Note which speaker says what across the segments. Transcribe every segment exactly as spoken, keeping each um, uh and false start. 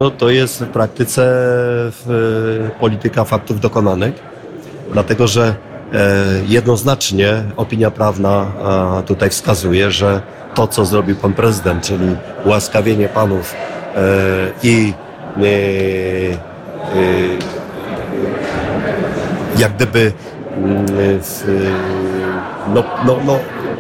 Speaker 1: No, to jest w praktyce w, polityka faktów dokonanych, dlatego że e, jednoznacznie opinia prawna a, tutaj wskazuje, że to, co zrobił pan prezydent, czyli ułaskawienie panów e, i e, e, jak gdyby w, no, no, no,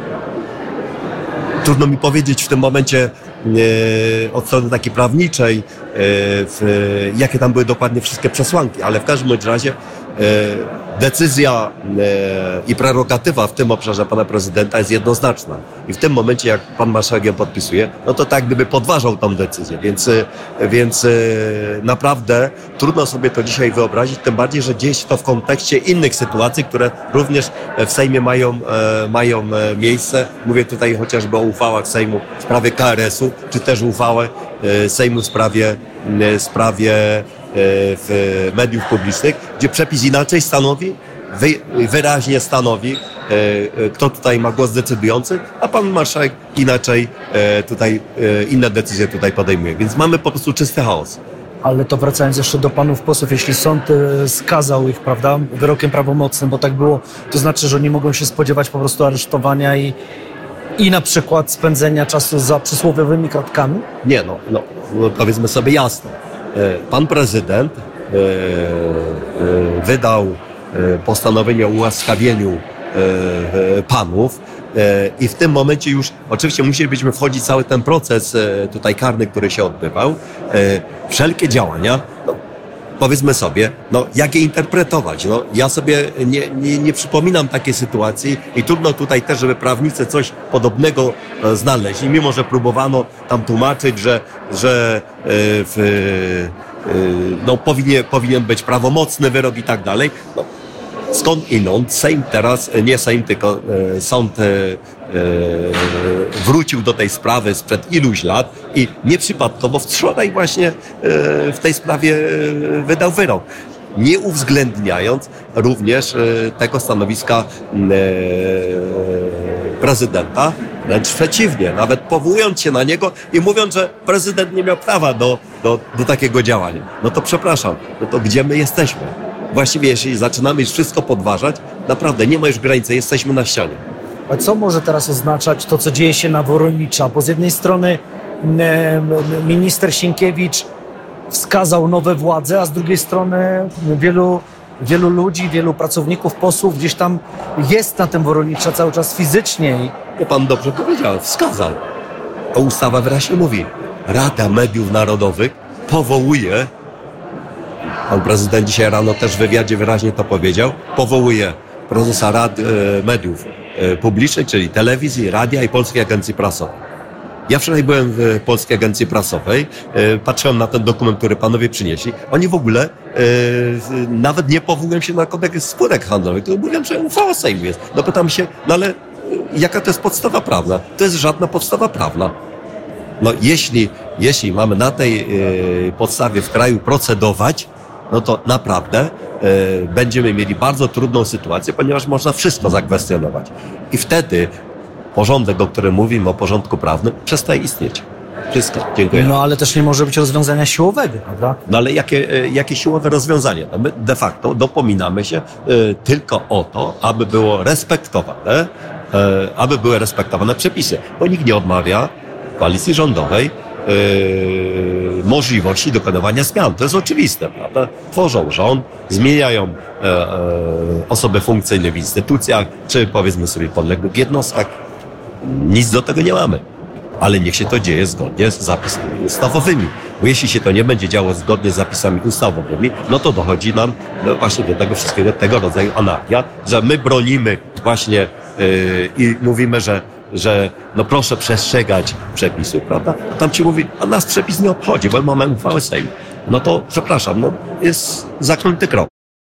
Speaker 1: trudno mi powiedzieć w tym momencie e, od strony takiej prawniczej, e, w, jakie tam były dokładnie wszystkie przesłanki, ale w każdym bądź razie e, decyzja e, i prerogatywa w tym obszarze pana prezydenta jest jednoznaczna. I w tym momencie, jak pan marszałek ją podpisuje, no to tak gdyby podważał tą decyzję. Więc, więc e, naprawdę trudno sobie to dzisiaj wyobrazić, tym bardziej, że dzieje się to w kontekście innych sytuacji, które również w Sejmie mają, e, mają miejsce. Mówię tutaj chociażby o uchwałach Sejmu w sprawie K R S u, czy też uchwałę e, Sejmu w sprawie, e, sprawie w mediów publicznych, gdzie przepis inaczej stanowi, wy, wyraźnie stanowi, e, kto tutaj ma głos decydujący, a pan marszałek inaczej e, tutaj, e, inne decyzje tutaj podejmuje. Więc mamy po prostu czysty chaos.
Speaker 2: Ale to wracając jeszcze do panów posłów, jeśli sąd e, skazał ich, prawda, wyrokiem prawomocnym, bo tak było, to znaczy, że nie mogą się spodziewać po prostu aresztowania i i na przykład spędzenia czasu za przysłowiowymi kratkami?
Speaker 1: Nie, no, no, no powiedzmy sobie jasno. Pan prezydent e, e, wydał postanowienie o ułaskawieniu e, panów e, i w tym momencie już oczywiście musielibyśmy wchodzić cały ten proces e, tutaj karny, który się odbywał. E, wszelkie działania, no, powiedzmy sobie, no jak je interpretować? No, ja sobie nie, nie, nie przypominam takiej sytuacji i trudno tutaj też, żeby prawnicy coś podobnego e, znaleźli, mimo że próbowano tam tłumaczyć, że, że e, w, e, no, powinien, powinien być prawomocny wyrok i tak dalej. No, skąd inąd Sejm teraz, nie Sejm, tylko e, sąd e, e, wrócił do tej sprawy sprzed iluś lat i nieprzypadkowo wczoraj właśnie e, w tej sprawie e, wydał wyrok, nie uwzględniając również e, tego stanowiska e, prezydenta, wręcz przeciwnie, nawet powołując się na niego i mówiąc, że prezydent nie miał prawa do, do, do takiego działania. No to przepraszam, no to gdzie my jesteśmy? Właściwie jeśli zaczynamy już wszystko podważać, naprawdę nie ma już granicy, jesteśmy na ścianie.
Speaker 2: A co może teraz oznaczać to, co dzieje się na Woronicza? Bo z jednej strony e, minister Sienkiewicz wskazał nowe władze, a z drugiej strony wielu, wielu ludzi, wielu pracowników, posłów gdzieś tam jest na tym Woronicza cały czas fizycznie.
Speaker 1: I pan dobrze powiedział, wskazał. A ustawa wyraźnie mówi, Rada Mediów Narodowych powołuje, pan prezydent dzisiaj rano też w wywiadzie wyraźnie to powiedział, powołuje prezesa Rad e, Mediów e, Publicznych, czyli telewizji, radia i Polskiej Agencji Prasowej. Ja wczoraj byłem w Polskiej Agencji Prasowej, e, patrzyłem na ten dokument, który panowie przynieśli. Oni w ogóle e, nawet nie powołują się na kodeks spółek handlowych, to mówią, że uchwała Sejmu jest. No pytam się, no ale jaka to jest podstawa prawna? To jest żadna podstawa prawna. No jeśli, jeśli mamy na tej e, podstawie w kraju procedować, no to naprawdę e, będziemy mieli bardzo trudną sytuację, ponieważ można wszystko zakwestionować. I wtedy porządek, o którym mówimy, o porządku prawnym, przestaje istnieć. Wszystko. Dziękuję.
Speaker 2: No ale też nie może być rozwiązania siłowego, prawda?
Speaker 1: No ale jakie, e, jakie siłowe rozwiązanie? No my de facto dopominamy się e, tylko o to, aby było respektowane, e, aby były respektowane przepisy. Bo nikt nie odmawia koalicji rządowej Yy, możliwości dokonywania zmian. To jest oczywiste, prawda? Tworzą rząd, zmieniają e, e, osoby funkcyjne w instytucjach, czy powiedzmy sobie podległych jednostkach. Nic do tego nie mamy. Ale niech się to dzieje zgodnie z zapisami ustawowymi. Bo jeśli się to nie będzie działo zgodnie z zapisami ustawowymi, no to dochodzi nam no właśnie do tego wszystkiego, tego rodzaju anarchia, że my bronimy właśnie yy, i mówimy, że że no proszę przestrzegać przepisów, prawda? A tam ci mówi, a nas przepis nie obchodzi, bo mamy uchwałę Sejmu. No to przepraszam, no jest zaklęty krok.